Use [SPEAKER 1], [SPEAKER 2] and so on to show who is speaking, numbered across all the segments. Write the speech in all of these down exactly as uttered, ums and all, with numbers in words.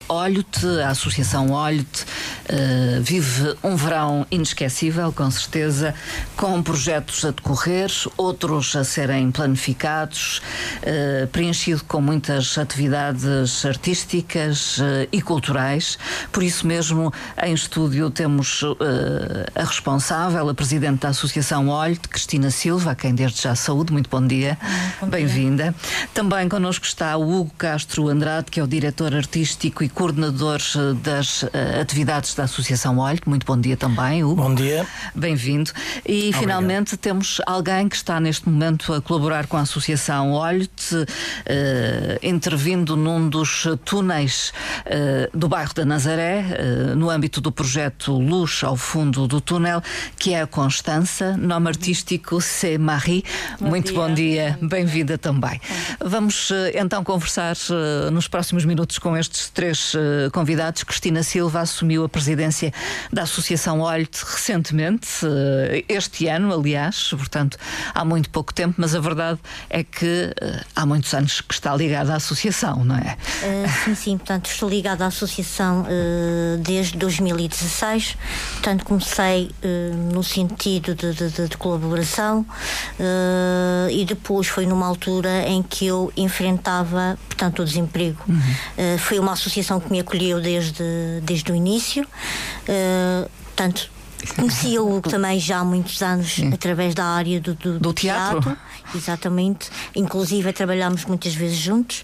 [SPEAKER 1] Olho-te, a Associação Olho-te uh, vive um verão inesquecível, com certeza, com projetos a decorrer, outros a serem planificados, uh, preenchido com muitas atividades artísticas uh, e culturais. Por isso mesmo, em estúdio temos uh, a responsável, a presidente da Associação Olho-te, Cristina Silva, a quem desde já saúde. Muito bom dia, bem-vinda. Também connosco está o Hugo Castro Andrade, que é o diretor artístico e coordenador das uh, atividades da Associação Olho-te. Muito bom dia também, Hugo.
[SPEAKER 2] Bom dia.
[SPEAKER 1] Bem-vindo. E Obrigado. Finalmente temos alguém que está neste momento a colaborar com a Associação Olho-te, uh, intervindo num dos túneis uh, do bairro da Nazaré, uh, no âmbito do projeto Luz ao Fundo do Túnel, que é a Constança, nome artístico C'est Marie. Bom Muito dia. Bom dia, bem-vinda também. Vamos então conversar uh, nos próximos minutos com estes três uh, convidados. Cristina Silva assumiu a presidência da Associação Olho-te recentemente, uh, este ano, aliás, portanto, há muito pouco tempo, mas a verdade é que uh, há muitos anos que está ligada à Associação, não é?
[SPEAKER 3] Uh, sim, sim, portanto, estou ligada à Associação uh, desde dois mil e dezasseis, portanto, comecei uh, no sentido de, de, de colaboração uh, e depois foi numa altura em que eu enfrentava, portanto, o desemprego. Uhum. Uh, foi uma associação que me acolheu desde, desde o início, uh, portanto, conhecia o Hugo também já há muitos anos, Sim. através da área do, do,
[SPEAKER 1] do teatro.
[SPEAKER 3] teatro. Exatamente. Inclusive trabalhámos muitas vezes juntos.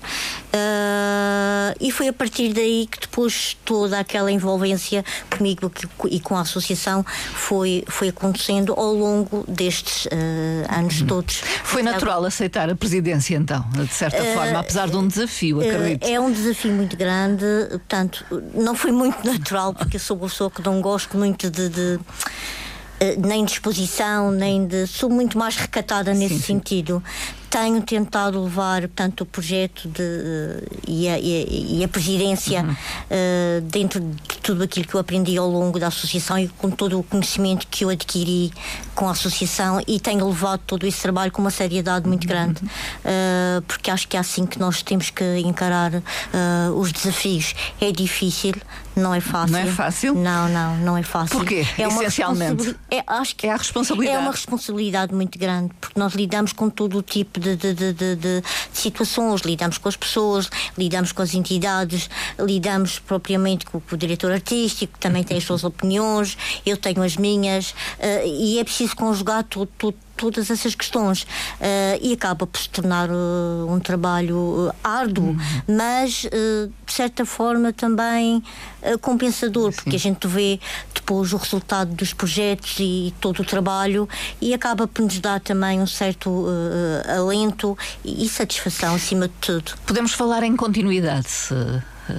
[SPEAKER 3] Uh, e foi a partir daí que depois toda aquela envolvência comigo e com a associação foi, foi acontecendo ao longo destes uh, anos hum. todos.
[SPEAKER 1] Foi natural uh, aceitar a presidência então, de certa uh, forma, apesar de um desafio, acredito.
[SPEAKER 3] Uh, é um desafio muito grande, portanto, não foi muito natural, porque eu sou uma pessoa que não gosto muito de, de nem de exposição, nem de... Sou muito mais recatada nesse sim, sentido. Sim. Tenho tentado levar, portanto, o projeto de, uh, e, a, e, a, e a presidência uhum. uh, dentro de tudo aquilo que eu aprendi ao longo da associação e com todo o conhecimento que eu adquiri com a associação, e tenho levado todo esse trabalho com uma seriedade muito grande, uhum. uh, porque acho que é assim que nós temos que encarar uh, os desafios. É difícil, não é fácil.
[SPEAKER 1] Não é fácil?
[SPEAKER 3] Não, não, não é fácil.
[SPEAKER 1] Porquê?
[SPEAKER 3] É uma
[SPEAKER 1] Essencialmente?
[SPEAKER 3] É, acho que
[SPEAKER 1] é a responsabilidade.
[SPEAKER 3] É uma responsabilidade muito grande, porque nós lidamos com todo o tipo de De, de, de, de, de situações, lidamos com as pessoas, lidamos com as entidades, lidamos propriamente com, com o diretor artístico, que também tem as suas opiniões, eu tenho as minhas, uh, e é preciso conjugar tudo, tudo, todas essas questões, uh, e acaba por se tornar uh, um trabalho uh, árduo, uhum. mas uh, de certa forma também uh, compensador, Sim. porque a gente vê depois o resultado dos projetos e todo o trabalho, e acaba por nos dar também um certo uh, alento e, e satisfação acima de tudo.
[SPEAKER 1] Podemos falar em continuidade, se, uh...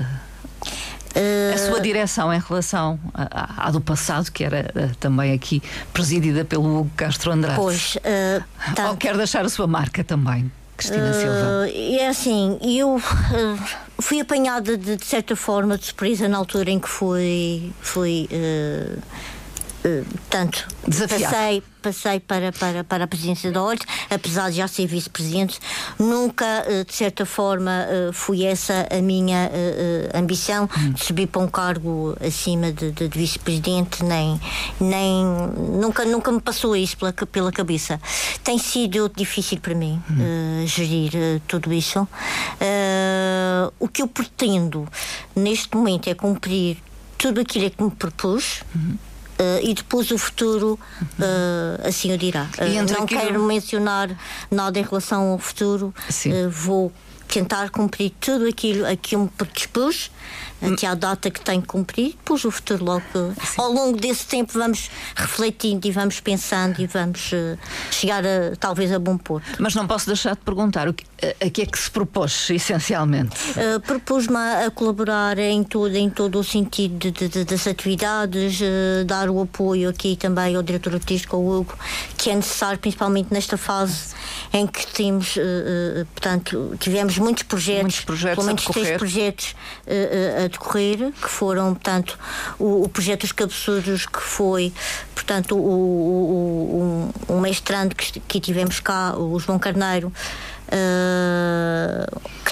[SPEAKER 1] a sua direção em relação à, à do passado, que era uh, também aqui presidida pelo Hugo Castro Andrade.
[SPEAKER 3] Pois, uh, tanto,
[SPEAKER 1] ou quer deixar a sua marca também, Cristina uh, Silva?
[SPEAKER 3] É assim, eu uh, fui apanhada de, de certa forma de surpresa na altura em que fui, fui uh, uh, tanto
[SPEAKER 1] desafiado.
[SPEAKER 3] Passei, passei para, para, para a presidência da Olho-te, apesar de já ser vice-presidente, nunca, de certa forma, foi essa a minha uh, ambição, hum. de subir para um cargo acima de, de, de vice-presidente, nem, nem nunca, nunca me passou isso pela, pela cabeça. Tem sido difícil para mim hum. uh, gerir uh, tudo isso. Uh, o que eu pretendo neste momento é cumprir tudo aquilo que me propus. Hum. Uh, e depois o futuro uh, assim o dirá. Uh, não aquilo... quero mencionar nada em relação ao futuro. Uh, vou tentar cumprir tudo aquilo a que eu me predispus até à data que tenho que cumprir, depois o futuro logo. Sim. Ao longo desse tempo vamos refletindo e vamos pensando e vamos uh, chegar a, talvez a bom porto.
[SPEAKER 1] Mas não posso deixar de perguntar o que, a, a que é que se propôs essencialmente?
[SPEAKER 3] Uh, propus-me a, a colaborar em todo, em todo o sentido de, de, de, das atividades, uh, dar o apoio aqui também ao diretor artístico, ao Hugo, que é necessário principalmente nesta fase em que temos, uh, uh, portanto, tivemos muitos projetos,
[SPEAKER 1] muitos projetos
[SPEAKER 3] pelo menos três projetos uh, uh, a decorrer, que foram, portanto, o, o projeto dos cabeçudos, que foi, portanto, o, o, o, um mestrando que, que tivemos cá, o João Carneiro, uh, que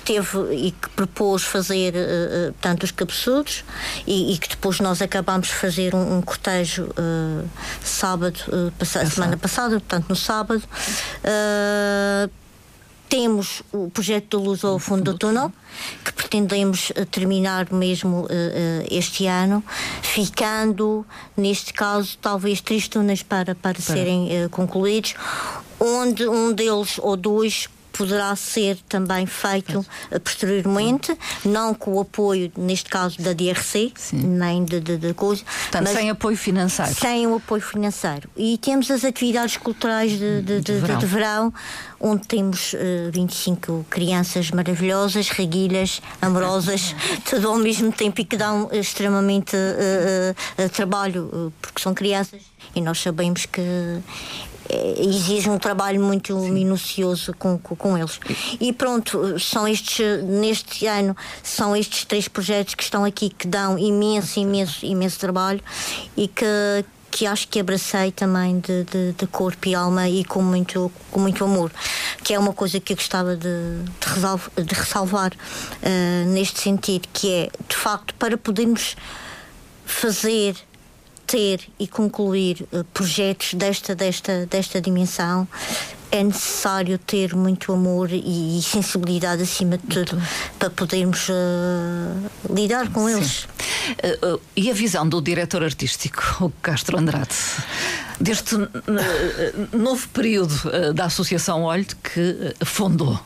[SPEAKER 3] teve e que propôs fazer uh, portanto, os cabeçudos e, e que depois nós acabámos de fazer um, um cortejo uh, sábado, uh, pass- semana passada, portanto no sábado. Uh, Temos o projeto da Luz ao Fundo do Túnel, que pretendemos terminar mesmo uh, uh, este ano, ficando, neste caso, talvez três túneis para, para, para. serem uh, concluídos, onde um deles ou dois poderá ser também feito uh, posteriormente, não com o apoio, neste caso, da D R C, Sim. nem de, de, de coisa.
[SPEAKER 1] Portanto, sem apoio financeiro.
[SPEAKER 3] Sem o apoio financeiro. E temos as atividades culturais de, de, de, de, verão. de verão, onde temos uh, vinte e cinco crianças maravilhosas, reguilhas, amorosas, tudo ao mesmo tempo e que dão uh, extremamente uh, uh, trabalho, uh, porque são crianças e nós sabemos que exige um trabalho muito Sim. minucioso com, com, com eles. E pronto, são estes, neste ano, são estes três projetos que estão aqui que dão imenso, imenso, imenso trabalho e que, que acho que abracei também de, de, de corpo e alma e com muito, com muito amor, que é uma coisa que eu gostava de, de, resalv, de ressalvar uh, neste sentido, que é, de facto, para podermos fazer ter e concluir uh, projetos desta, desta, desta dimensão, é necessário ter muito amor e, e sensibilidade acima de tudo para podermos uh, lidar com Sim. eles.
[SPEAKER 1] Uh, uh, e a visão do diretor artístico, o Castro Andrade, deste uh, novo período uh, da Associação Olho que uh, fundou?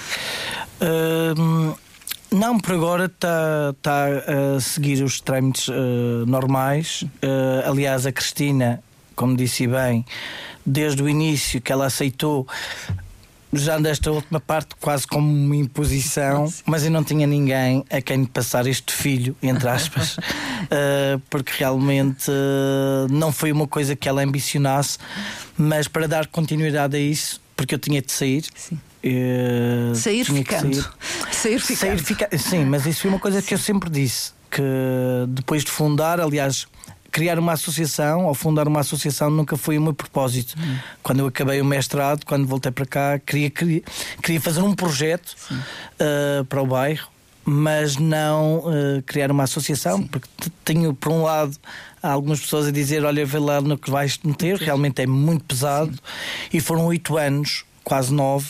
[SPEAKER 2] Uh, Não, por agora está tá a seguir os trâmites uh, normais. Uh, aliás, a Cristina, como disse bem, desde o início que ela aceitou, já desta última parte quase como uma imposição, mas eu não tinha ninguém a quem passar este filho, entre aspas, uh, porque realmente uh, não foi uma coisa que ela ambicionasse, mas para dar continuidade a isso, porque eu tinha de sair.
[SPEAKER 1] Sim.
[SPEAKER 2] Uh,
[SPEAKER 1] sair ficando. Sair. Sair ficando.
[SPEAKER 2] Sair fica... Sim, mas isso foi uma coisa Sim. que eu sempre disse, que depois de fundar, aliás, criar uma associação ou fundar uma associação nunca foi o meu propósito. Hum. Quando eu acabei o mestrado, quando voltei para cá, queria, queria, queria fazer um projeto uh, para o bairro, mas não uh, criar uma associação, Sim. porque tenho, por um lado, há algumas pessoas a dizer, olha, vê lá no que vais meter, Sim. realmente é muito pesado. Sim. E foram oito anos, quase nove,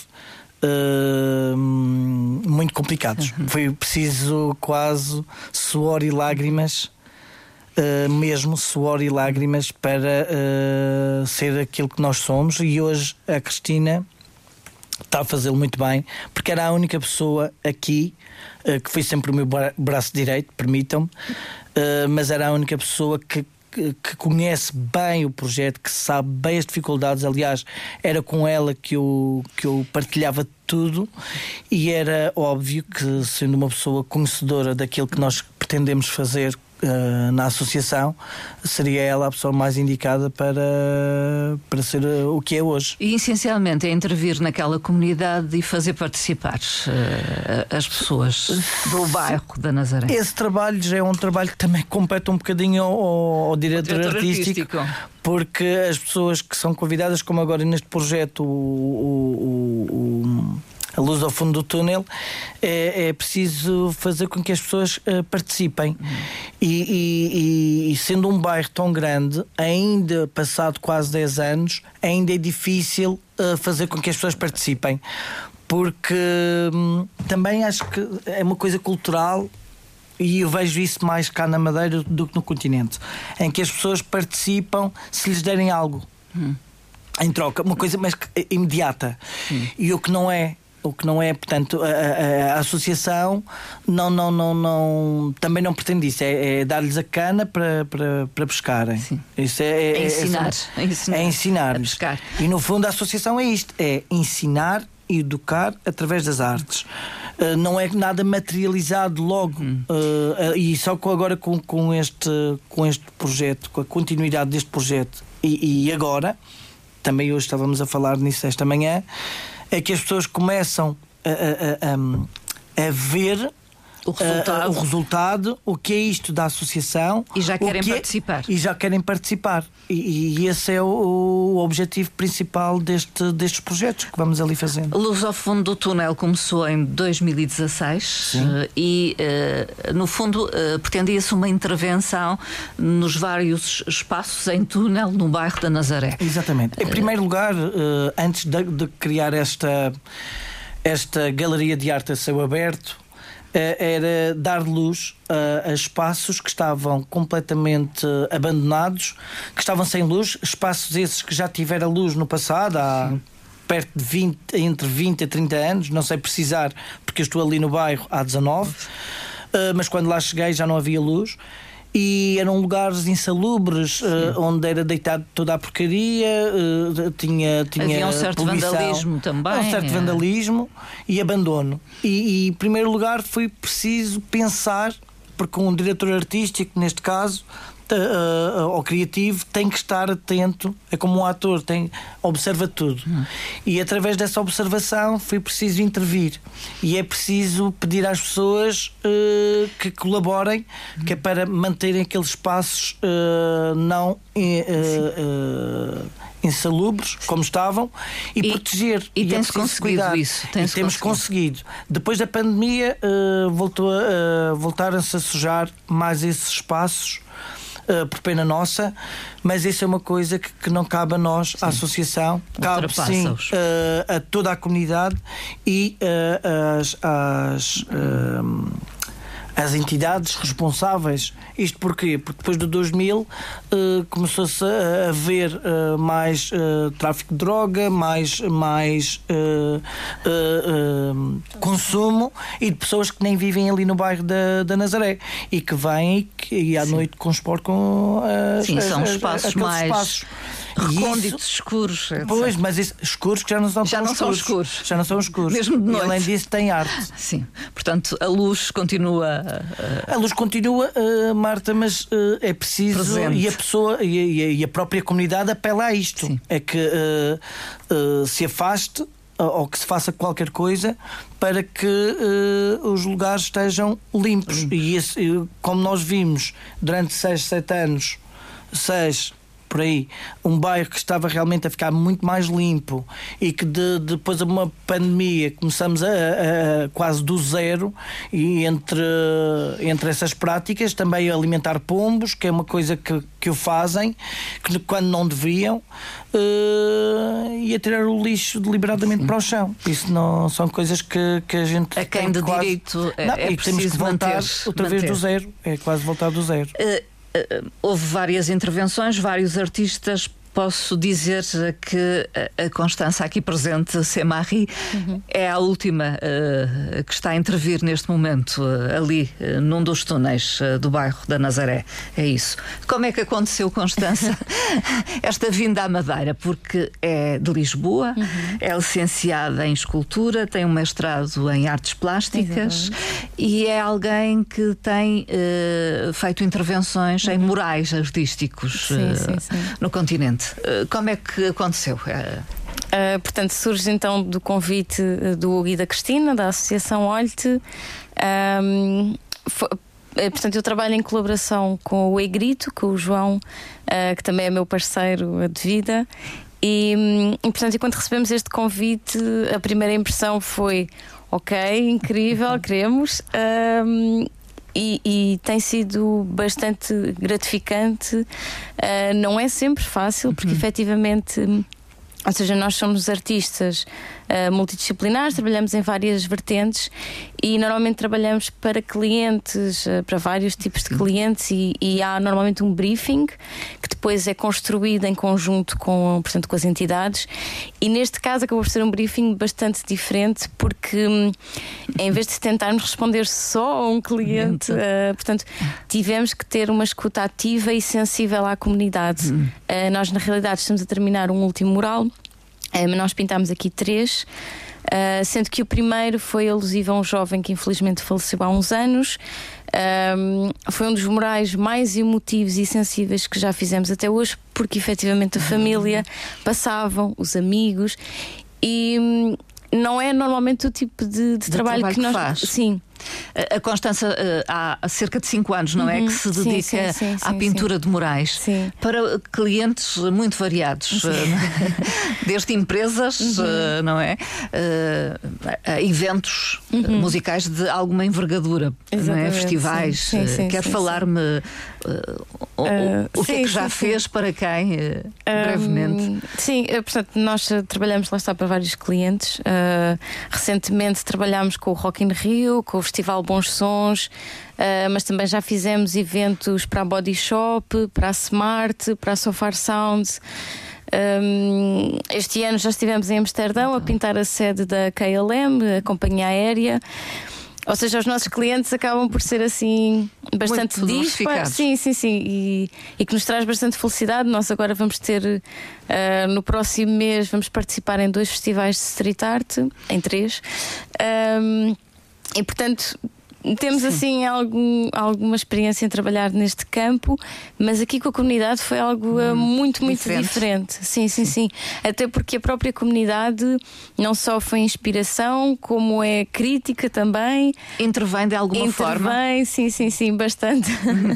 [SPEAKER 2] Uh, muito complicados. Uhum. Foi preciso quase suor e lágrimas, uh, mesmo suor e lágrimas para uh, ser aquilo que nós somos. E hoje a Cristina está a fazê-lo muito bem, porque era a única pessoa aqui uh, que foi sempre o meu bra- braço direito, permitam-me, uh, mas era a única pessoa que que conhece bem o projeto, que sabe bem as dificuldades. Aliás, era com ela que eu, que eu partilhava tudo e era óbvio que, sendo uma pessoa conhecedora daquilo que nós pretendemos fazer uh, na associação, seria ela a pessoa mais indicada para, para ser uh, o que é hoje.
[SPEAKER 1] E essencialmente é intervir naquela comunidade e fazer participar uh, as pessoas do bairro da Nazaré.
[SPEAKER 2] Esse trabalho já é um trabalho que também compete um bocadinho ao, ao diretor, diretor artístico, artístico, porque as pessoas que são convidadas, como agora neste projeto, o, o, o, a Luz ao Fundo do Túnel, é, é preciso fazer com que as pessoas uh, participem. Uhum. E, e, e sendo um bairro tão grande, ainda passado quase dez anos, ainda é difícil uh, fazer com que as pessoas participem, porque hum, também acho que é uma coisa cultural. E eu vejo isso mais cá na Madeira do que no continente, em que as pessoas participam se lhes derem algo hum. em troca, uma coisa mais imediata. Hum. E o que não é, o que não é, portanto, a, a, a associação não, não, não, não, também não pretende isso, é, é dar-lhes a cana para, para, para pescarem.
[SPEAKER 1] Sim.
[SPEAKER 2] Isso é, é,
[SPEAKER 1] é, ensinar,
[SPEAKER 2] é,
[SPEAKER 1] é ensinar,
[SPEAKER 2] é ensinar.
[SPEAKER 1] A pescar.
[SPEAKER 2] E no fundo a associação é isto, é ensinar e educar através das artes. Uh, não é nada materializado logo. Hum. Uh, uh, e só com, agora com, com, este, com este projeto, com a continuidade deste projeto, e, e agora, também hoje estávamos a falar nisso esta manhã, é que as pessoas começam a, a, a, a ver
[SPEAKER 1] o resultado.
[SPEAKER 2] Uh, o resultado, o que é isto da associação.
[SPEAKER 1] E já querem
[SPEAKER 2] o que
[SPEAKER 1] participar.
[SPEAKER 2] É, e já querem participar. E, e esse é o, o objetivo principal deste, destes projetos que vamos ali fazendo.
[SPEAKER 1] Luz ao Fundo do Túnel começou em dois mil e dezasseis uh, e, uh, no fundo, uh, pretendia-se uma intervenção nos vários espaços em túnel no bairro da Nazaré.
[SPEAKER 2] Exatamente. Em primeiro lugar, uh, antes de, de criar esta, esta galeria de arte a céu aberto, era dar luz a, a espaços que estavam completamente abandonados, que estavam sem luz, espaços esses que já tiveram luz no passado, há Sim. perto de vinte, entre vinte a trinta anos, não sei precisar, porque eu estou ali no bairro há dezanove, uh, mas quando lá cheguei já não havia luz. E eram lugares insalubres, uh, onde era deitado toda a porcaria, uh, tinha, tinha
[SPEAKER 1] havia um certo
[SPEAKER 2] poluição,
[SPEAKER 1] vandalismo também.
[SPEAKER 2] Um certo
[SPEAKER 1] é. vandalismo
[SPEAKER 2] e abandono. E, e, em primeiro lugar, foi preciso pensar, porque um diretor artístico, neste caso, uh, uh, ou criativo, tem que estar atento, é como um ator, tem, observa tudo. Hum. E através dessa observação foi preciso intervir. E é preciso pedir às pessoas uh, que colaborem, hum. que é para manterem aqueles espaços uh, não uh, uh, insalubres, como estavam, e, e proteger.
[SPEAKER 1] E, e tens
[SPEAKER 2] é
[SPEAKER 1] conseguido
[SPEAKER 2] cuidar.
[SPEAKER 1] isso.
[SPEAKER 2] E temos
[SPEAKER 1] conseguido.
[SPEAKER 2] conseguido. Depois da pandemia, uh, voltou a, uh, voltaram-se a sujar mais esses espaços, Uh, por pena nossa, mas isso é uma coisa que, que não cabe a nós, sim. à associação, cabe sim uh, a toda a comunidade e uh, as, as, uh, as entidades responsáveis. Isto porquê? Porque depois de dois mil uh, começou-se a haver uh, mais uh, tráfico de droga, mais, mais uh, uh, uh, consumo, e de pessoas que nem vivem ali no bairro da, da Nazaré e que vêm e, que, e à Sim. noite conspor com as,
[SPEAKER 1] Sim,
[SPEAKER 2] as,
[SPEAKER 1] são
[SPEAKER 2] as,
[SPEAKER 1] espaços mais
[SPEAKER 2] espaços.
[SPEAKER 1] recônditos, escuros. etcétera.
[SPEAKER 2] Pois, mas isso, escuros que já não são
[SPEAKER 1] já não
[SPEAKER 2] escuros.
[SPEAKER 1] são escuros.
[SPEAKER 2] Já não são escuros.
[SPEAKER 1] Mesmo de noite.
[SPEAKER 2] E além disso tem arte.
[SPEAKER 1] Sim. Portanto, a luz continua.
[SPEAKER 2] Uh... A luz continua, uh, Marta, mas uh, é preciso
[SPEAKER 1] Presente.
[SPEAKER 2] e a pessoa e a, e a própria comunidade apela a isto. Sim. É que uh, uh, se afaste ou que se faça qualquer coisa para que uh, os lugares estejam limpos. Uhum. E esse, como nós vimos durante seis, sete anos, seis por aí, um bairro que estava realmente a ficar muito mais limpo e que de, depois de uma pandemia começamos a, a, a quase do zero, e entre, entre essas práticas também a alimentar pombos, que é uma coisa que, que o fazem, que quando não deviam, uh, e a tirar o lixo deliberadamente Sim. para o chão. Isso não são coisas que, que a gente
[SPEAKER 1] a quem de quase... direito é, não, é
[SPEAKER 2] e
[SPEAKER 1] preciso
[SPEAKER 2] temos que voltar
[SPEAKER 1] manter,
[SPEAKER 2] outra
[SPEAKER 1] manter.
[SPEAKER 2] vez do zero. É quase voltar do zero.
[SPEAKER 1] Uh... Uh, houve várias intervenções, vários artistas. Posso dizer que a Constança aqui presente, Semarie, uhum. é a última uh, que está a intervir neste momento uh, ali, uh, num dos túneis uh, do bairro da Nazaré. É isso. Como é que aconteceu, Constança, esta vinda à Madeira? Porque é de Lisboa, uhum. é licenciada em escultura, tem um mestrado em artes plásticas Exatamente. E é alguém que tem uh, feito intervenções uhum. em murais artísticos sim, uh, sim, sim. no continente. Como é que aconteceu?
[SPEAKER 4] Uh, portanto, surge então do convite do Hugo e da Cristina, da Associação Olhe-te. Um, foi, portanto, eu trabalho em colaboração com o Egrito, com o João, uh, que também é meu parceiro de vida. E, e, portanto, quando recebemos este convite, a primeira impressão foi: ok, incrível, queremos. Um, E, e tem sido bastante gratificante. Uh, não é sempre fácil, porque uhum. efetivamente, ou seja, nós somos artistas uh, multidisciplinares, trabalhamos em várias vertentes e normalmente trabalhamos para clientes, uh, para vários tipos de clientes, e, e há normalmente um briefing que depois é construído em conjunto com, portanto, com as entidades, e neste caso acabou por ser um briefing bastante diferente, porque um, em vez de tentarmos responder só a um cliente, uh, portanto, tivemos que ter uma escuta ativa e sensível à comunidade. Hum. Uh, nós na realidade estamos a terminar um último mural, uh, mas nós pintámos aqui três. Uh, sendo que o primeiro foi alusivo a um jovem que infelizmente faleceu há uns anos. Um, foi um dos murais mais emotivos e sensíveis que já fizemos até hoje, porque efetivamente a família passavam, os amigos, e hum, não é normalmente o tipo de, de, de trabalho, trabalho que nós
[SPEAKER 1] faz.
[SPEAKER 4] Sim.
[SPEAKER 1] A Constança há cerca de cinco anos, não é?
[SPEAKER 4] Uhum.
[SPEAKER 1] Que se dedica
[SPEAKER 4] sim, sim, sim,
[SPEAKER 1] à
[SPEAKER 4] sim,
[SPEAKER 1] pintura
[SPEAKER 4] sim.
[SPEAKER 1] de murais
[SPEAKER 4] Sim.
[SPEAKER 1] para clientes muito variados, desde empresas, uhum. não é? A eventos uhum. musicais de alguma envergadura, não é? Festivais.
[SPEAKER 4] Sim, sim,
[SPEAKER 1] Quer
[SPEAKER 4] sim,
[SPEAKER 1] falar-me
[SPEAKER 4] sim.
[SPEAKER 1] uh, o, uh, o que sim, é que já sim, fez sim. para quem, uh, um, brevemente?
[SPEAKER 4] Sim, portanto, nós trabalhamos lá está para vários clientes. Uh, recentemente trabalhámos com o Rock in Rio, com o Festival Bons Sons, uh, mas também já fizemos eventos para a Body Shop, para a Smart, para a Sofar Sound. Um, este ano já estivemos em Amsterdão a pintar a sede da K L M, a companhia aérea. Ou seja, os nossos clientes acabam por ser assim bastante dispares. Sim, sim, sim. E, e que nos traz bastante felicidade. Nós agora vamos ter uh, no próximo mês vamos participar em dois festivais de street art, em três. Um, e portanto temos Sim. assim algum, alguma experiência em trabalhar neste campo, mas aqui com a comunidade foi algo hum, muito, muito diferente. diferente. Sim, sim, sim, sim. Até porque a própria comunidade não só foi inspiração, como é crítica também.
[SPEAKER 1] Intervém de alguma
[SPEAKER 4] Intervém,
[SPEAKER 1] forma?
[SPEAKER 4] Intervém, sim, sim, sim, bastante.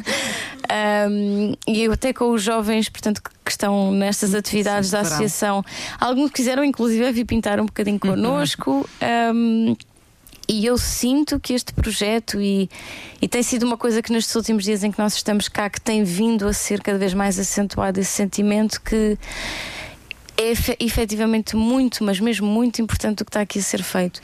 [SPEAKER 4] um, e eu até com os jovens, portanto, que estão nestas atividades sim, da associação, alguns quiseram inclusive vir pintar um bocadinho connosco. Uhum. Um, E eu sinto que este projeto, e, e tem sido uma coisa que nestes últimos dias em que nós estamos cá, que tem vindo a ser cada vez mais acentuado esse sentimento que é efetivamente muito, mas mesmo muito importante o que está aqui a ser feito.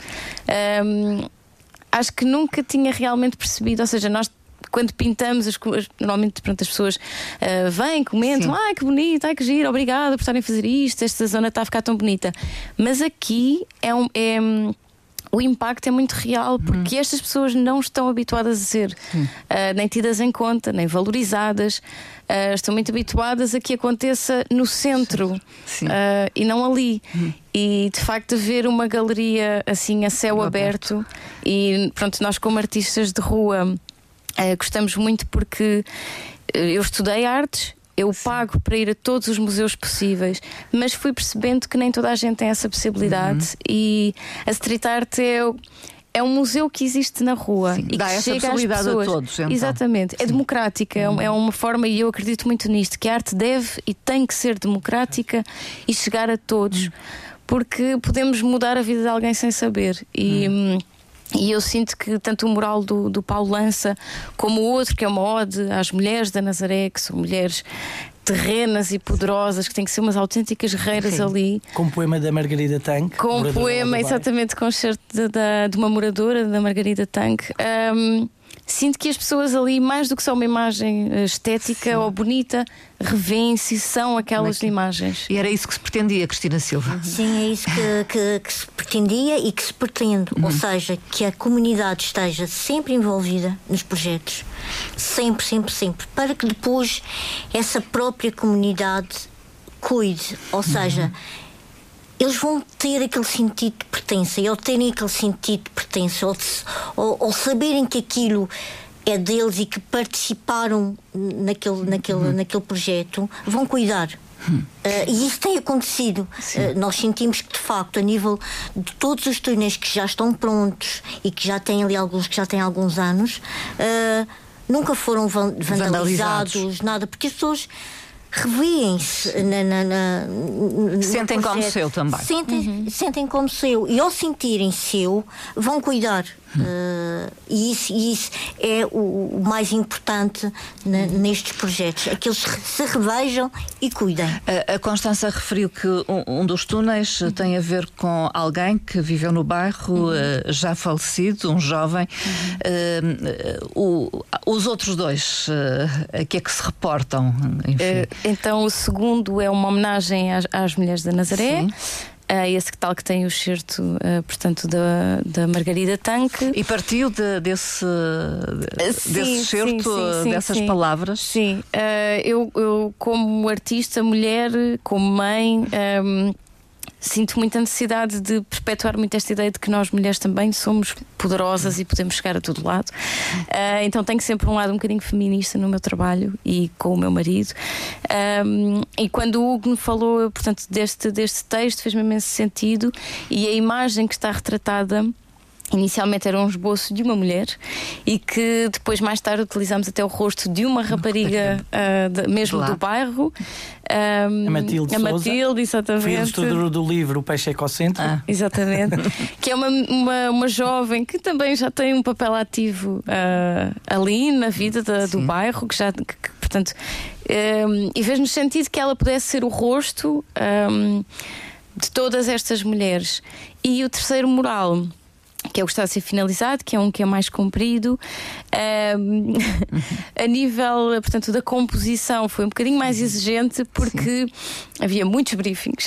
[SPEAKER 4] Um, acho que nunca tinha realmente percebido, ou seja, nós quando pintamos, as, normalmente pronto, as pessoas uh, vêm, comentam, ai ah, que bonito, ai que giro, obrigada por estarem a fazer isto, esta zona está a ficar tão bonita. Mas aqui é um... É, o impacto é muito real, porque hum. estas pessoas não estão habituadas a ser hum. uh, nem tidas em conta, nem valorizadas. Uh, estão muito habituadas a que aconteça no centro uh, e não ali. Hum. E de facto ver uma galeria assim a céu aberto, aberto e pronto, nós como artistas de rua uh, gostamos muito porque eu estudei artes. Eu Sim. pago para ir a todos os museus possíveis, mas fui percebendo que nem toda a gente tem essa possibilidade. Uhum. E a street art é, é um museu que existe na rua.
[SPEAKER 1] Sim,
[SPEAKER 4] e
[SPEAKER 1] dá
[SPEAKER 4] que
[SPEAKER 1] essa
[SPEAKER 4] chega
[SPEAKER 1] possibilidade
[SPEAKER 4] às pessoas.
[SPEAKER 1] a todos. Então.
[SPEAKER 4] Exatamente,
[SPEAKER 1] Sim.
[SPEAKER 4] é democrática, uhum. é uma forma, e eu acredito muito nisto, que a arte deve e tem que ser democrática e chegar a todos, uhum. porque podemos mudar a vida de alguém sem saber. E. Uhum. E eu sinto que tanto o mural do, do Paulo Lança como o outro, que é uma ode às mulheres da Nazaré, que são mulheres terrenas e poderosas, que têm que ser umas autênticas guerreiras ali.
[SPEAKER 2] Com o poema da Margarida Tank.
[SPEAKER 4] Com o poema, exatamente, com o certo de, de, de uma moradora da Margarida Tank. Um, sinto que as pessoas ali, mais do que só uma imagem estética Sim. ou bonita, revêem-se e são aquelas é que... imagens.
[SPEAKER 1] E era isso que se pretendia, Cristina Silva.
[SPEAKER 3] Sim, é isso que, que, que se pretendia e que se pretende. Uhum. Ou seja, que a comunidade esteja sempre envolvida nos projetos. Sempre, sempre, sempre. Para que depois essa própria comunidade cuide. Ou seja, uhum. eles vão ter aquele sentido de pertença. E ao terem aquele sentido de pertença, ou, ou, ou saberem que aquilo é deles e que participaram naquele, naquele, uhum. naquele projeto, vão cuidar. Uhum. Uh, e isso tem acontecido. Uh, nós sentimos que, de facto, a nível de todos os túneis que já estão prontos e que já têm ali alguns que já têm alguns anos, uh, nunca foram vandalizados, vandalizados, nada, porque as pessoas revêem-se na, na, na,
[SPEAKER 1] sentem como seu também.
[SPEAKER 3] Sentem,
[SPEAKER 4] uhum.
[SPEAKER 3] sentem como seu. E ao sentirem seu, vão cuidar. Uh, e, isso, e isso é o, o mais importante na, nestes projetos, é que eles se revejam e cuidem.
[SPEAKER 1] A, a Constança referiu que um, um dos túneis uhum. tem a ver com alguém que viveu no bairro, uhum. uh, já falecido, um jovem. Uhum. Uh, uh, o, os outros dois, uh, a que é que se reportam? Enfim.
[SPEAKER 4] Uh, então, o segundo é uma homenagem às, às mulheres da Nazaré.
[SPEAKER 1] Sim.
[SPEAKER 4] Uh, esse que tal que tem o certo, uh, portanto, da, da Margarida Tank.
[SPEAKER 1] E partiu de, desse,
[SPEAKER 4] sim,
[SPEAKER 1] desse certo, sim, dessas
[SPEAKER 4] sim.
[SPEAKER 1] palavras?
[SPEAKER 4] Sim, uh, eu, eu, como artista, mulher, como mãe, um, sinto muita necessidade de perpetuar muito esta ideia de que nós mulheres também somos poderosas e podemos chegar a todo lado. Uh, então tenho sempre um lado um bocadinho feminista no meu trabalho e com o meu marido. Um, e quando o Hugo me falou, portanto, deste, deste texto, fez-me imenso sentido, e a imagem que está retratada inicialmente era um esboço de uma mulher e que depois, mais tarde, utilizámos até o rosto de uma rapariga uh, de, mesmo do bairro. Um,
[SPEAKER 2] a Matilde
[SPEAKER 4] a Matilde,
[SPEAKER 2] Sousa,
[SPEAKER 4] exatamente.
[SPEAKER 2] foi ilustradora do livro O Peixe Ecocêntrico.
[SPEAKER 4] Ah, exatamente. Que é uma, uma, uma jovem que também já tem um papel ativo uh, ali na vida da, do bairro, que já, que, que, portanto, um, e fez no sentido que ela pudesse ser o rosto um, de todas estas mulheres. E o terceiro mural, que é o que está a ser finalizado, que é um que é mais comprido, um, a nível, portanto, da composição foi um bocadinho mais exigente porque Sim. havia muitos briefings.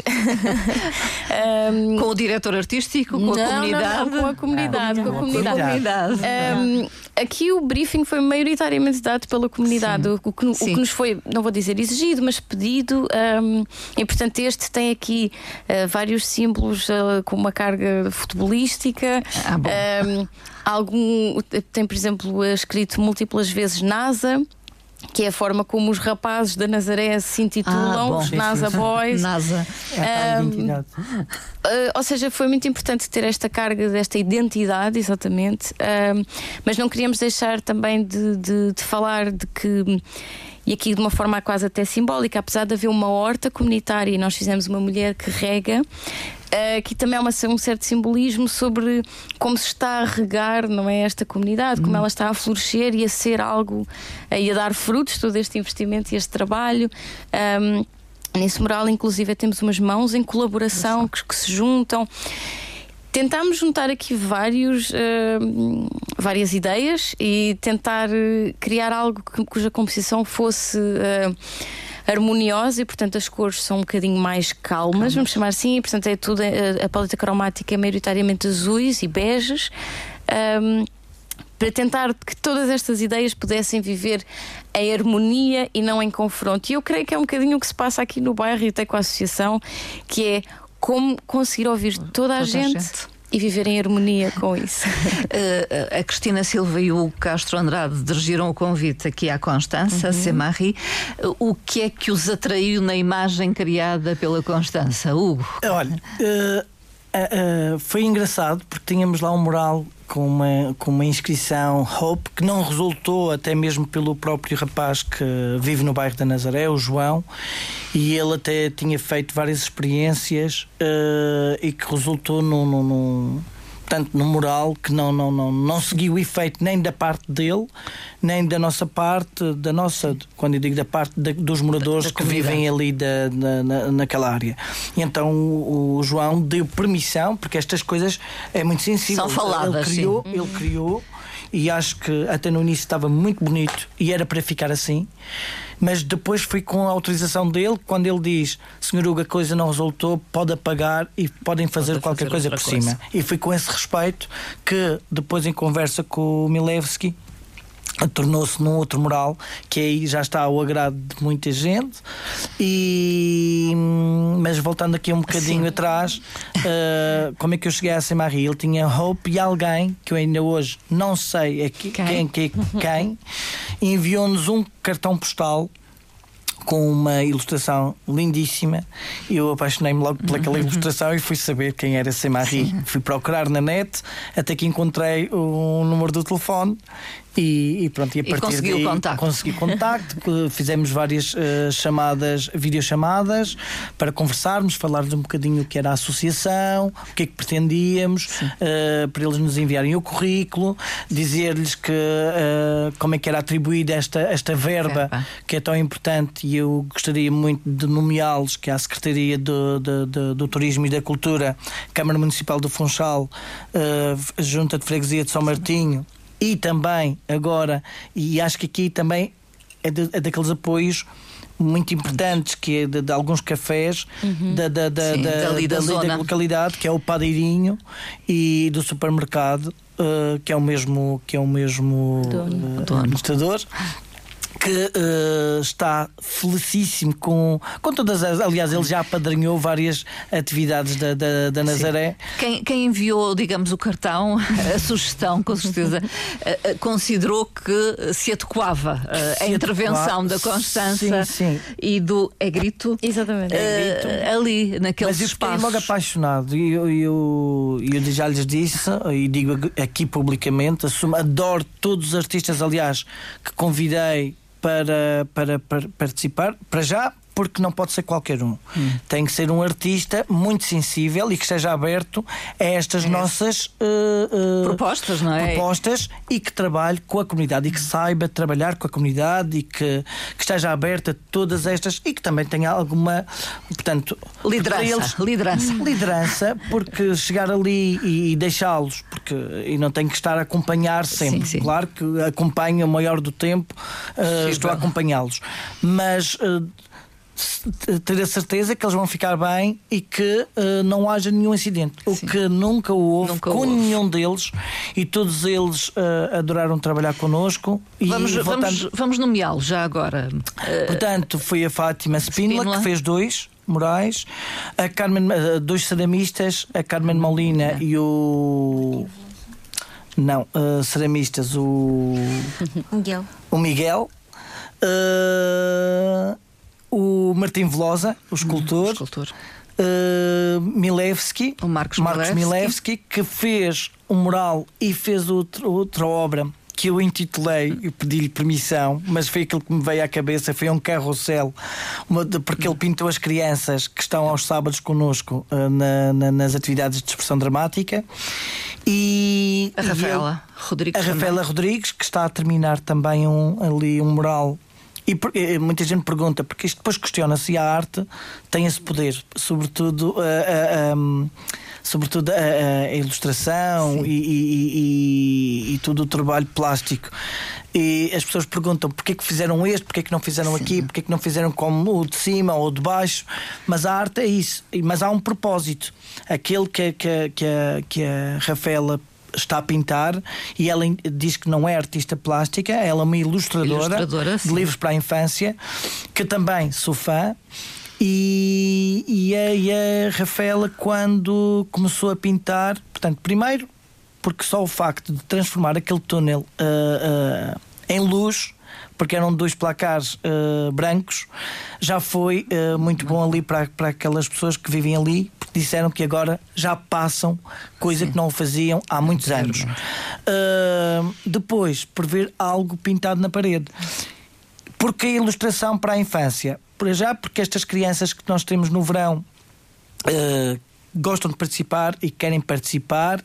[SPEAKER 1] um, com o diretor artístico, com
[SPEAKER 4] não,
[SPEAKER 1] a comunidade?
[SPEAKER 4] Não, não, com a comunidade. Ah, com a comunidade.
[SPEAKER 1] comunidade.
[SPEAKER 4] Um, aqui o briefing foi maioritariamente dado pela comunidade, o que, o que nos foi, não vou dizer exigido, mas pedido. Um, e portanto, este tem aqui uh, vários símbolos uh, com uma carga futebolística.
[SPEAKER 1] Ah, bom.
[SPEAKER 4] Um, algum, tem, por exemplo, escrito múltiplas vezes NASA, que é a forma como os rapazes da Nazaré se intitulam,
[SPEAKER 1] ah,
[SPEAKER 4] os NASA Boys.
[SPEAKER 1] NASA.
[SPEAKER 2] É um, identidade.
[SPEAKER 4] Uh, ou seja, foi muito importante ter esta carga desta identidade, exatamente. Uh, mas não queríamos deixar também de, de, de falar de que, e aqui de uma forma quase até simbólica, apesar de haver uma horta comunitária e nós fizemos uma mulher que rega, Uh, que também há uma, um certo simbolismo sobre como se está a regar, não é, esta comunidade, como hum. ela está a florescer e a ser algo, uh, e a dar frutos, todo este investimento e este trabalho. Um, nesse mural, inclusive, temos umas mãos em colaboração que, que se juntam. Tentámos juntar aqui vários, uh, várias ideias e tentar uh, criar algo que, cuja composição fosse Uh, harmoniosa e, portanto, as cores são um bocadinho mais calmas, Calma. vamos chamar assim, e, portanto, é tudo, a, a paleta cromática é maioritariamente azuis e beges, um, para tentar que todas estas ideias pudessem viver em harmonia e não em confronto. E eu creio que é um bocadinho o que se passa aqui no bairro e até com a associação, que é como conseguir ouvir toda a, toda gente, a gente e viver em harmonia com isso.
[SPEAKER 1] A Cristina Silva e o Castro Andrade dirigiram o convite aqui à Constança, uhum. Semarie. O que é que os atraiu na imagem criada pela Constança, Hugo?
[SPEAKER 2] Olha, uh, uh, uh, foi engraçado porque tínhamos lá um mural com uma, com uma inscrição Hope, que não resultou até mesmo pelo próprio rapaz que vive no bairro da Nazaré, o João, e ele até tinha feito várias experiências uh, e que resultou no, no, no, portanto, no mural que não, não, não, não seguiu o efeito nem da parte dele, nem da nossa parte, da nossa, quando eu digo da parte da, dos moradores da, da que vivem ali da, da, na, naquela área. E então o, o João deu permissão, porque estas coisas é muito sensível.
[SPEAKER 1] São faladas,
[SPEAKER 2] ele criou,
[SPEAKER 1] sim.
[SPEAKER 2] ele criou, e acho que até no início estava muito bonito e era para ficar assim. Mas depois foi com a autorização dele, quando ele diz: senhor Hugo, a coisa não resultou, pode apagar e podem fazer pode qualquer fazer coisa por coisa. cima. E foi com esse respeito que depois, em conversa com o Milevski, tornou-se num outro mural que aí já está ao agrado de muita gente. E mas voltando aqui um bocadinho Sim. atrás, uh, como é que eu cheguei a Semarie? Ele tinha Hope e alguém que eu ainda hoje não sei é que, quem, quem, quem enviou-nos um cartão postal com uma ilustração lindíssima. Eu apaixonei-me logo pelaquela ilustração e fui saber quem era Semarie. Fui procurar na net até que encontrei o número do telefone. E, e pronto, e a
[SPEAKER 1] e
[SPEAKER 2] partir daí
[SPEAKER 1] contacto.
[SPEAKER 2] consegui contacto. Fizemos várias uh, chamadas, videochamadas, para conversarmos, falarmos um bocadinho o que era a associação, o que é que pretendíamos, uh, para eles nos enviarem o currículo, dizer-lhes que uh, como é que era atribuída esta, esta verba, verba que é tão importante, e eu gostaria muito de nomeá-los, que é a Secretaria do, do, do, do Turismo e da Cultura, Câmara Municipal do Funchal, uh, Junta de Freguesia de São Martinho, e também agora, e acho que aqui também é, de, é daqueles apoios muito importantes, que é de, de alguns cafés uhum. da, da, da, Sim, da, dali da, da, da localidade, que é o Padeirinho, e do supermercado, uh, que é o mesmo, que é o mesmo
[SPEAKER 1] dono.
[SPEAKER 2] Uh, dono. Administrador, que uh, está felicíssimo com, com todas as. Aliás, ele já apadrinhou várias atividades da, da, da Nazaré.
[SPEAKER 1] Quem, quem enviou, digamos, o cartão, a sugestão, com certeza, uh, uh, considerou que se adequava uh, a intervenção adequava. da Constança
[SPEAKER 2] sim, sim.
[SPEAKER 1] e do Egrito.
[SPEAKER 4] Exatamente.
[SPEAKER 1] Uh, ali, naqueles
[SPEAKER 2] Mas eu
[SPEAKER 1] espaços.
[SPEAKER 2] fiquei logo apaixonado e eu, eu, eu, eu já lhes disse e digo aqui publicamente, assumo, adoro todos os artistas, aliás, que convidei para, para, para participar, para já, porque não pode ser qualquer um. Hum. Tem que ser um artista muito sensível e que esteja aberto a estas é. nossas uh, uh,
[SPEAKER 1] propostas, não é?
[SPEAKER 2] propostas e que trabalhe com a comunidade e que saiba trabalhar com a comunidade e que, que esteja aberta a todas estas e que também tenha alguma, portanto,
[SPEAKER 1] liderança,
[SPEAKER 2] eles,
[SPEAKER 1] liderança.
[SPEAKER 2] liderança, porque chegar ali e, e deixá-los, porque e não tem que estar a acompanhar sempre. Sim, sim. Claro que acompanho o maior do tempo, uh, estou a acompanhá-los, mas uh, ter a certeza que eles vão ficar bem e que uh, não haja nenhum incidente. Sim. O que nunca houve nunca com houve. nenhum deles, e todos eles uh, adoraram trabalhar connosco. E
[SPEAKER 1] vamos, voltando... vamos, vamos nomeá-los já agora.
[SPEAKER 2] Uh, Portanto, foi a Fátima Spínola, Spínola, que fez dois Morais, a Carmen, uh, dois ceramistas, a Carmen Molina não. e o. Não, uh, ceramistas, o.
[SPEAKER 3] Miguel.
[SPEAKER 2] O Miguel. Uh... O Martim Velosa, o escultor,
[SPEAKER 1] hum, escultor.
[SPEAKER 2] Uh, Milevski,
[SPEAKER 1] o Marcos,
[SPEAKER 2] Marcos
[SPEAKER 1] Milevski.
[SPEAKER 2] Milevski, que fez um mural e fez outro, outra obra que eu intitulei, eu pedi-lhe permissão, mas foi aquilo que me veio à cabeça, foi um carrossel, uma, porque ele pintou as crianças que estão aos sábados connosco uh, na, na, nas atividades de expressão dramática. E
[SPEAKER 1] a Rafaela
[SPEAKER 2] e eu,
[SPEAKER 1] Rodrigues.
[SPEAKER 2] A Rafaela Rodrigues, que está a terminar também um, ali um mural. E, e muita gente pergunta, porque isto depois questiona se a arte tem esse poder, sobretudo a, a, a, sobretudo a, a ilustração e, e, e, e todo o trabalho plástico. E as pessoas perguntam porque é que fizeram este, porque é que não fizeram Sim. aqui, porque é que não fizeram como o de cima ou o de baixo. Mas a arte é isso, mas há um propósito. Aquele que, que, que, a, que a Rafaela está a pintar, e ela diz que não é artista plástica, ela é uma ilustradora, ilustradora de livros para a infância, que também sou fã. E, e, a, e a Rafaela, quando começou a pintar, portanto, primeiro porque só o facto de transformar aquele túnel uh, uh, em luz, porque eram dois placares uh, brancos, já foi uh, muito bom ali para, para aquelas pessoas que vivem ali, porque disseram que agora já passam, coisa Sim. que não o faziam há muitos anos. Uh, depois, por ver algo pintado na parede. Porque a ilustração para a infância? Por já porque estas crianças que nós temos no verão uh, gostam de participar e querem participar.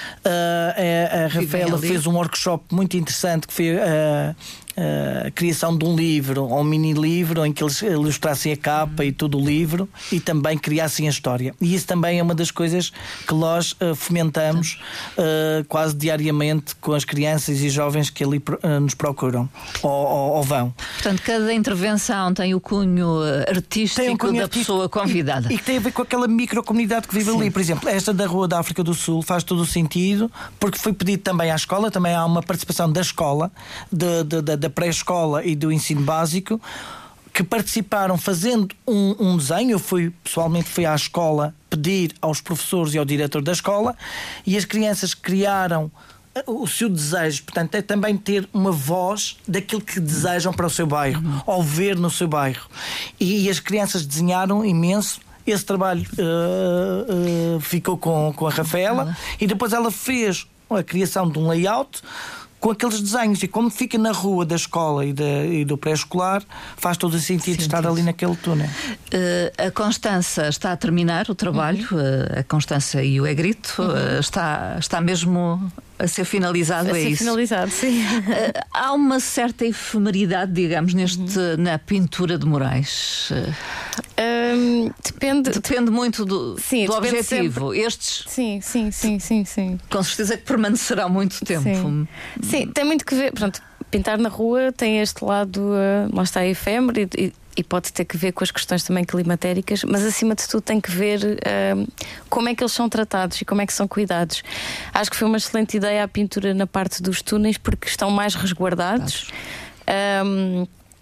[SPEAKER 2] Uh, a, a Rafaela fez um workshop muito interessante que foi uh, a criação de um livro, ou um mini livro em que eles ilustrassem a capa e todo o livro e também criassem a história. E isso também é uma das coisas que nós uh, fomentamos uh, quase diariamente com as crianças e jovens que ali uh, nos procuram ou, ou, ou vão.
[SPEAKER 1] Portanto, cada intervenção tem o cunho artístico tem um cunho da artístico pessoa convidada.
[SPEAKER 2] E, e que tem a ver com aquela microcomunidade que vive Sim. ali. Por exemplo, esta da Rua da África do Sul faz todo o sentido, porque foi pedido também à escola, também há uma participação da escola, de, de, de, da pré-escola e do ensino básico, que participaram fazendo um, um desenho. Eu fui, pessoalmente fui à escola pedir aos professores e ao diretor da escola, e as crianças criaram o seu desejo, portanto é também ter uma voz daquilo que desejam para o seu bairro, uhum. ou ver no seu bairro, e, e as crianças desenharam imenso. Esse trabalho uh, uh, ficou com, com a Rafaela, uhum. e depois ela fez a criação de um layout com aqueles desenhos, e como fica na rua da escola e, da, e do pré-escolar, faz todo o sentido Sim, estar ali naquele túnel.
[SPEAKER 1] Uh, a Constança está a terminar o trabalho, uhum. uh, a Constança e o Egrito, uhum. uh, está, está mesmo a ser finalizado,
[SPEAKER 4] a
[SPEAKER 1] é
[SPEAKER 4] ser
[SPEAKER 1] isso?
[SPEAKER 4] finalizado, sim.
[SPEAKER 1] Uh, há uma certa efemeridade, digamos, neste, uhum. na pintura de Morais. Uh,
[SPEAKER 4] um, depende
[SPEAKER 1] depende muito do,
[SPEAKER 4] sim,
[SPEAKER 1] do
[SPEAKER 4] depende
[SPEAKER 1] objetivo.
[SPEAKER 4] Sempre.
[SPEAKER 1] Estes,
[SPEAKER 4] sim, sim, sim, sim, sim.
[SPEAKER 1] com certeza que permanecerá muito tempo.
[SPEAKER 4] Sim, sim, tem muito que ver. Pronto, pintar na rua tem este lado, uh, lá está, efêmero e, e pode ter que ver com as questões também climatéricas, mas acima de tudo tem que ver uh, como é que eles são tratados e como é que são cuidados. Acho que foi uma excelente ideia a pintura na parte dos túneis, porque estão mais resguardados. Um,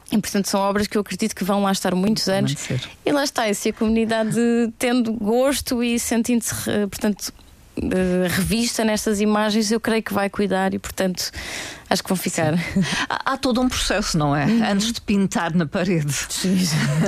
[SPEAKER 4] E, portanto, são obras que eu acredito que vão lá estar muitos anos. E lá está, e se a comunidade tendo gosto e sentindo-se, portanto, revista nestas imagens, eu creio que vai cuidar e, portanto, acho que vão ficar.
[SPEAKER 1] Há, há todo um processo, não é? Uhum. Antes de pintar na parede.
[SPEAKER 4] Sim.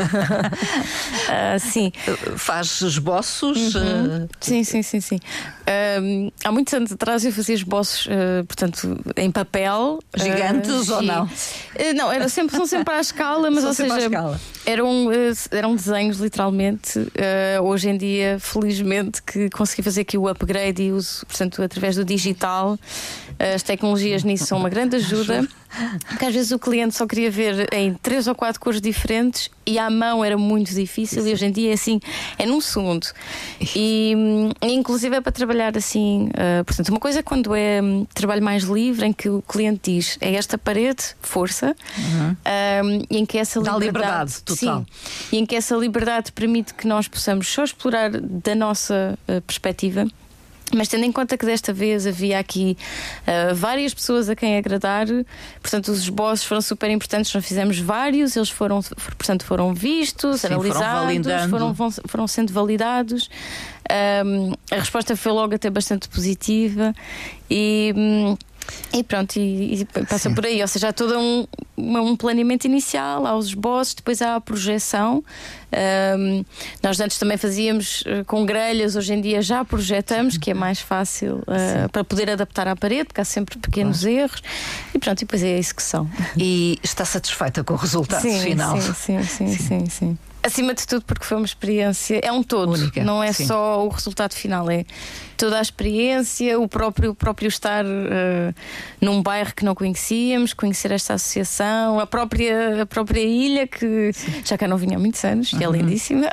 [SPEAKER 4] uh, sim.
[SPEAKER 1] Faz esboços?
[SPEAKER 4] Uhum.
[SPEAKER 1] Uh...
[SPEAKER 4] Sim, sim, sim, sim. Uh, há muitos anos atrás eu fazia esboços, uh, portanto, em papel.
[SPEAKER 1] Gigantes uh, ou não?
[SPEAKER 4] Uh, não, era sempre, são sempre à escala, mas
[SPEAKER 1] são
[SPEAKER 4] ou seja,
[SPEAKER 1] escala.
[SPEAKER 4] Eram, uh, eram desenhos literalmente. Uh, hoje em dia, felizmente, que consegui fazer aqui o upgrade e uso, portanto, através do digital. As tecnologias nisso são uma grande ajuda, porque às vezes o cliente só queria ver em três ou quatro cores diferentes e à mão era muito difícil. E hoje em dia é assim, é num segundo. E inclusive é para trabalhar assim, uh, portanto, uma coisa é quando é um, trabalho mais livre, em que o cliente diz é esta parede, força, uhum. um, e em que essa liberdade,
[SPEAKER 1] liberdade total.
[SPEAKER 4] Sim, e em que essa liberdade permite que nós possamos só explorar da nossa uh, perspectiva. Mas tendo em conta que desta vez havia aqui uh, várias pessoas a quem agradar, portanto os esboços foram super importantes. Nós fizemos vários, eles foram, portanto, foram vistos, Sim, analisados, foram, foram, foram sendo validados. Um, a resposta foi logo até bastante positiva e... Um, E pronto, e, e passa Sim. por aí, ou seja, há todo um, um planeamento inicial, há os esboços, depois há a projeção. Um, nós antes também fazíamos uh, com grelhas, hoje em dia já projetamos, que é mais fácil uh, para poder adaptar à parede, porque há sempre pequenos claro. erros. E pronto, e depois é a execução.
[SPEAKER 1] E está satisfeita com o resultado
[SPEAKER 4] sim,
[SPEAKER 1] final?
[SPEAKER 4] Sim, sim, sim, sim, sim, sim. Acima de tudo, porque foi uma experiência, é um todo, única, não é sim. só o resultado final, é toda a experiência, o próprio, o próprio estar uh, num bairro que não conhecíamos, conhecer esta associação, a própria, a própria ilha, que sim. já cá não vinha há muitos anos, uhum. que é lindíssima.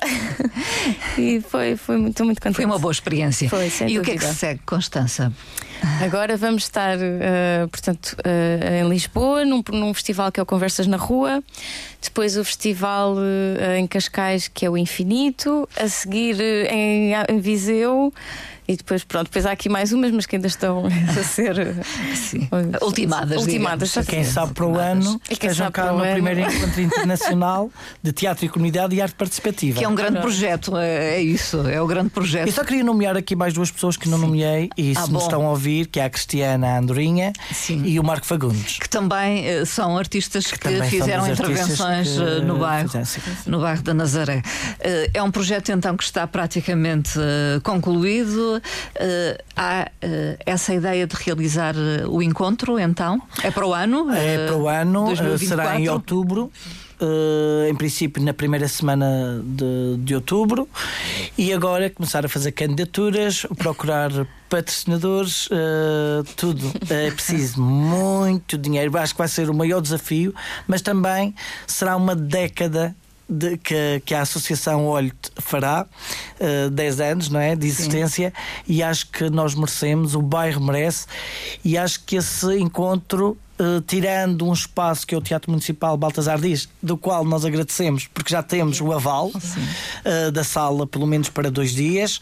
[SPEAKER 4] E foi, foi muito, muito contente.
[SPEAKER 1] Foi uma boa experiência.
[SPEAKER 4] Foi, sem
[SPEAKER 1] e
[SPEAKER 4] dúvida.
[SPEAKER 1] O que é que se segue, Constança?
[SPEAKER 4] Agora vamos estar, uh, portanto, uh, em Lisboa, num, num festival que é o Conversas na Rua. Depois o festival uh, em Cascais, que é o Infinito. A seguir uh, em, em Viseu. E depois, pronto, depois há aqui mais umas, mas que ainda estão a ser
[SPEAKER 1] Sim. ultimadas.
[SPEAKER 4] ultimadas
[SPEAKER 2] Quem sabe para o ano estejam cá no primeiro encontro internacional de teatro e comunidade e arte participativa.
[SPEAKER 1] Que é um grande projeto, é, é isso, é o grande projeto.
[SPEAKER 2] Eu só queria nomear aqui mais duas pessoas que não Sim. nomeei e ah, se me estão a ouvir, que é a Cristiana Andorinha Sim. e o Marco Fagundes.
[SPEAKER 1] Que também uh, são artistas que, que fizeram intervenções que, no bairro, no bairro da Nazaré. Uh, é um projeto então que está praticamente uh, concluído. Uh, há uh, essa ideia de realizar uh, o encontro, então? É para o ano? Uh,
[SPEAKER 2] é para o ano,
[SPEAKER 1] dois mil e vinte e quatro?
[SPEAKER 2] Será em outubro. Uh, em princípio na primeira semana de, de outubro, e agora começar a fazer candidaturas, procurar patrocinadores, uh, tudo. É preciso muito dinheiro. Acho que vai ser o maior desafio, mas também será uma década De, que, que a Associação Olho fará, uh, dez anos, não é, de existência. Sim. E acho que nós merecemos, o bairro merece, e acho que esse encontro, uh, tirando um espaço que é o Teatro Municipal Baltasar Dias, do qual nós agradecemos porque já temos o aval uh, da sala pelo menos para dois dias,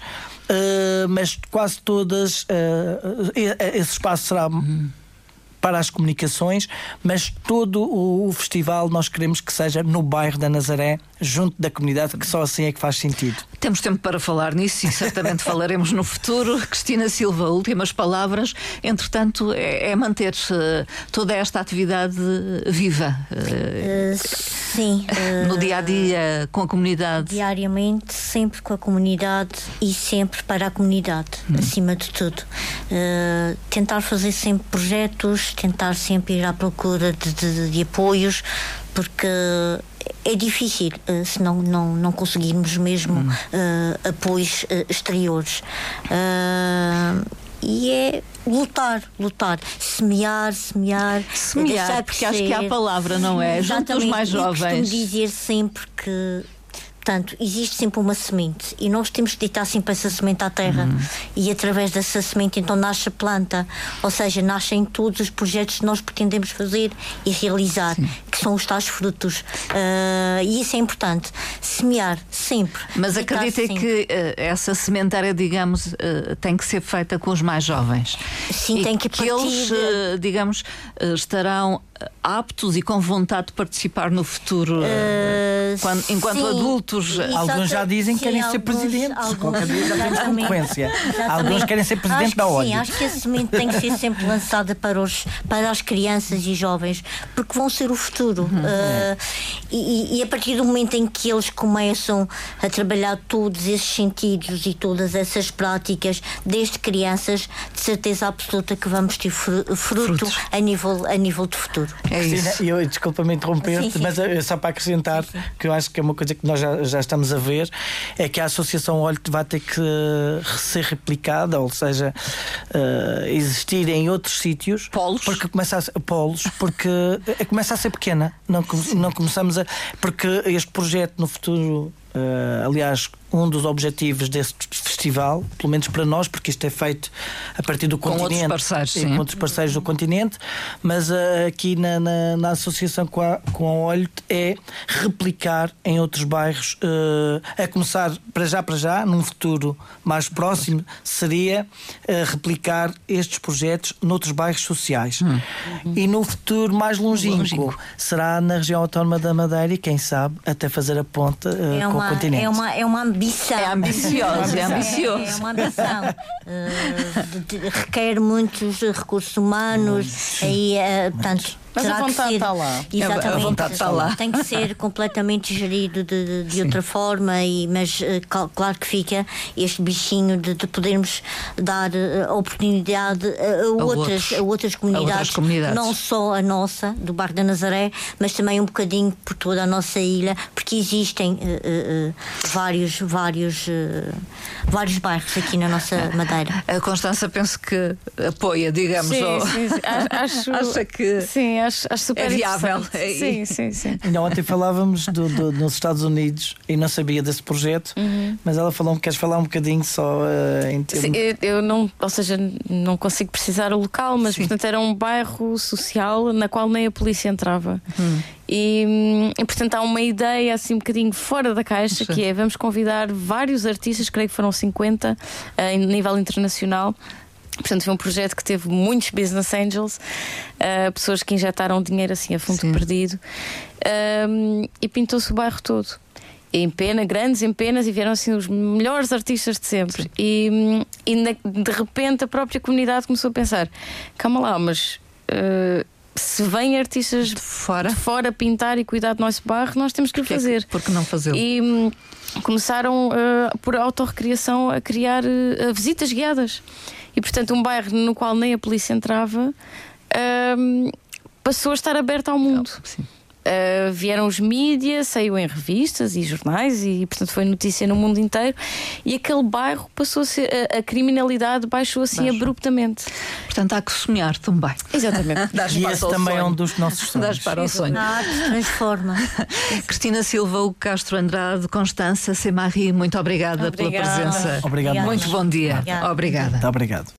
[SPEAKER 2] uh, mas quase todas uh, esse espaço será hum. para as comunicações, mas todo o, o festival nós queremos que seja no bairro da Nazaré, junto da comunidade, que só assim é que faz sentido.
[SPEAKER 1] Temos tempo para falar nisso e certamente falaremos no futuro. Cristina Silva, últimas palavras. Entretanto, é, é manter uh, toda esta atividade viva. Uh,
[SPEAKER 3] uh, sim. Uh,
[SPEAKER 1] no dia a dia, com a comunidade.
[SPEAKER 3] Diariamente, sempre com a comunidade e sempre para a comunidade, hum. acima de tudo. Uh, tentar fazer sempre projetos, tentar sempre ir à procura de, de, de apoios, porque é difícil uh, se não, não, não conseguirmos mesmo hum. uh, apoios uh, exteriores. Uh, e é lutar, lutar, semear, semear,
[SPEAKER 1] semear, porque acho que há a palavra, não é? Junto dos mais jovens.
[SPEAKER 3] Eu costumo dizer sempre que Portanto, existe sempre uma semente e nós temos que deitar sempre essa semente à terra uhum. e através dessa semente então nasce a planta, ou seja, nascem todos os projetos que nós pretendemos fazer e realizar, Sim. que são os tais frutos. Uh, e isso é importante, semear sempre.
[SPEAKER 1] Mas acredita sempre. que uh, essa sementária, digamos, uh, tem que ser feita com os mais jovens?
[SPEAKER 3] Sim,
[SPEAKER 1] e
[SPEAKER 3] tem que
[SPEAKER 1] que
[SPEAKER 3] partir...
[SPEAKER 1] eles, uh, digamos, uh, estarão aptos e com vontade de participar no futuro, uh, quando, enquanto sim, adultos.
[SPEAKER 2] Alguns já dizem que querem
[SPEAKER 3] sim,
[SPEAKER 2] ser
[SPEAKER 3] alguns,
[SPEAKER 2] presidentes.
[SPEAKER 3] Alguns,
[SPEAKER 2] Qualquer dia já temos concorrência. Alguns querem ser presidente
[SPEAKER 3] acho
[SPEAKER 2] da O L.
[SPEAKER 3] Sim, acho que a semente tem que ser sempre lançada para, os, para as crianças e jovens, porque vão ser o futuro. Uhum. Uh, e, e a partir do momento em que eles começam a trabalhar todos esses sentidos e todas essas práticas, desde crianças, de certeza absoluta que vamos ter fruto a nível, a nível de futuro.
[SPEAKER 1] É isso.
[SPEAKER 2] Eu, desculpa-me interromper-te, mas é só para acrescentar, sim, sim. que eu acho que é uma coisa que nós já, já estamos a ver, é que a Associação Olho vai ter que ser replicada, ou seja, uh, existir em outros sítios.
[SPEAKER 1] Polos.
[SPEAKER 2] Porque começa a, polos, porque começa a ser pequena. Não, não começamos a. Porque este projeto no futuro. Uh, aliás, um dos objetivos deste festival, pelo menos para nós, porque isto é feito a partir do
[SPEAKER 1] com
[SPEAKER 2] continente,
[SPEAKER 1] outros parceiros,
[SPEAKER 2] sim.
[SPEAKER 1] com
[SPEAKER 2] outros parceiros do continente, mas uh, aqui na, na, na associação com a, com a Olho é replicar em outros bairros, uh, a começar para já, para já, num futuro mais próximo, seria uh, replicar estes projetos noutros bairros sociais. Hum. E no futuro mais longínquo, longínquo será na região autónoma da Madeira e quem sabe até fazer a ponta uh,
[SPEAKER 3] é
[SPEAKER 2] com
[SPEAKER 3] uma,
[SPEAKER 2] o continente.
[SPEAKER 3] É uma, é uma ambição.
[SPEAKER 1] É ambicioso, é ambicioso.
[SPEAKER 3] É, é uma ambição. Uh, de, de, requer muitos recursos humanos e, uh, portanto,
[SPEAKER 4] mas a vontade
[SPEAKER 3] ser,
[SPEAKER 4] está lá.
[SPEAKER 3] Exatamente,
[SPEAKER 1] a vontade está lá.
[SPEAKER 3] Tem que ser completamente gerido de, de, de outra forma, e, mas uh, claro que fica este bichinho de, de podermos dar uh, oportunidade a, a, outras, outros, a, outras comunidades, a outras comunidades, não só a nossa, do Bairro da Nazaré, mas também um bocadinho por toda a nossa ilha, porque existem uh, uh, vários, vários, uh, vários bairros aqui na nossa Madeira.
[SPEAKER 1] A Constança penso que apoia, digamos.
[SPEAKER 4] Sim,
[SPEAKER 1] ou...
[SPEAKER 4] sim, sim. Acho,
[SPEAKER 1] acha que.
[SPEAKER 4] Sim, Acho, acho super
[SPEAKER 1] é viável.
[SPEAKER 4] Sim, sim, sim.
[SPEAKER 2] Ainda ontem falávamos do, do, nos Estados Unidos e não sabia desse projeto, uhum. mas ela falou-me, queres falar um bocadinho só uh, em termos...
[SPEAKER 4] Sim, eu não, ou seja, não consigo precisar o local, mas sim. portanto era um bairro social na qual nem a polícia entrava. Uhum. E, e portanto há uma ideia assim um bocadinho fora da caixa, sim. que é, vamos convidar vários artistas, creio que foram cinquenta a uh, nível internacional. Portanto, foi um projeto que teve muitos business angels, uh, pessoas que injetaram dinheiro assim a fundo Sim. perdido, um, e pintou-se o bairro todo. Em pena, grandes em penas, e vieram assim os melhores artistas de sempre. E, e na, de repente a própria comunidade começou a pensar: calma lá, mas uh, se vêm artistas de fora. de fora pintar e cuidar do nosso bairro, nós temos que o fazer.
[SPEAKER 1] Por que não fazê-lo?
[SPEAKER 4] E um, começaram uh, por autorrecriação a criar uh, visitas guiadas. E, portanto, um bairro no qual nem a polícia entrava um, passou a estar aberto ao mundo.
[SPEAKER 1] Sim.
[SPEAKER 4] Uh, vieram os mídias, saiu em revistas e jornais e, portanto, foi notícia no mundo inteiro. E aquele bairro passou a ser... A, a criminalidade baixou assim Baixo. abruptamente.
[SPEAKER 1] Portanto, há que sonhar também.
[SPEAKER 4] Exatamente.
[SPEAKER 2] E esse também sonho. é um dos nossos sonhos.
[SPEAKER 1] Dás para o sonho.
[SPEAKER 3] A arte transforma.
[SPEAKER 1] Cristina Silva, Hugo Castro Andrade, Constança Semarie, muito obrigada, obrigada. pela presença.
[SPEAKER 2] Obrigado.
[SPEAKER 1] Muito bom dia. Obrigada.
[SPEAKER 2] Obrigado. Muito obrigado.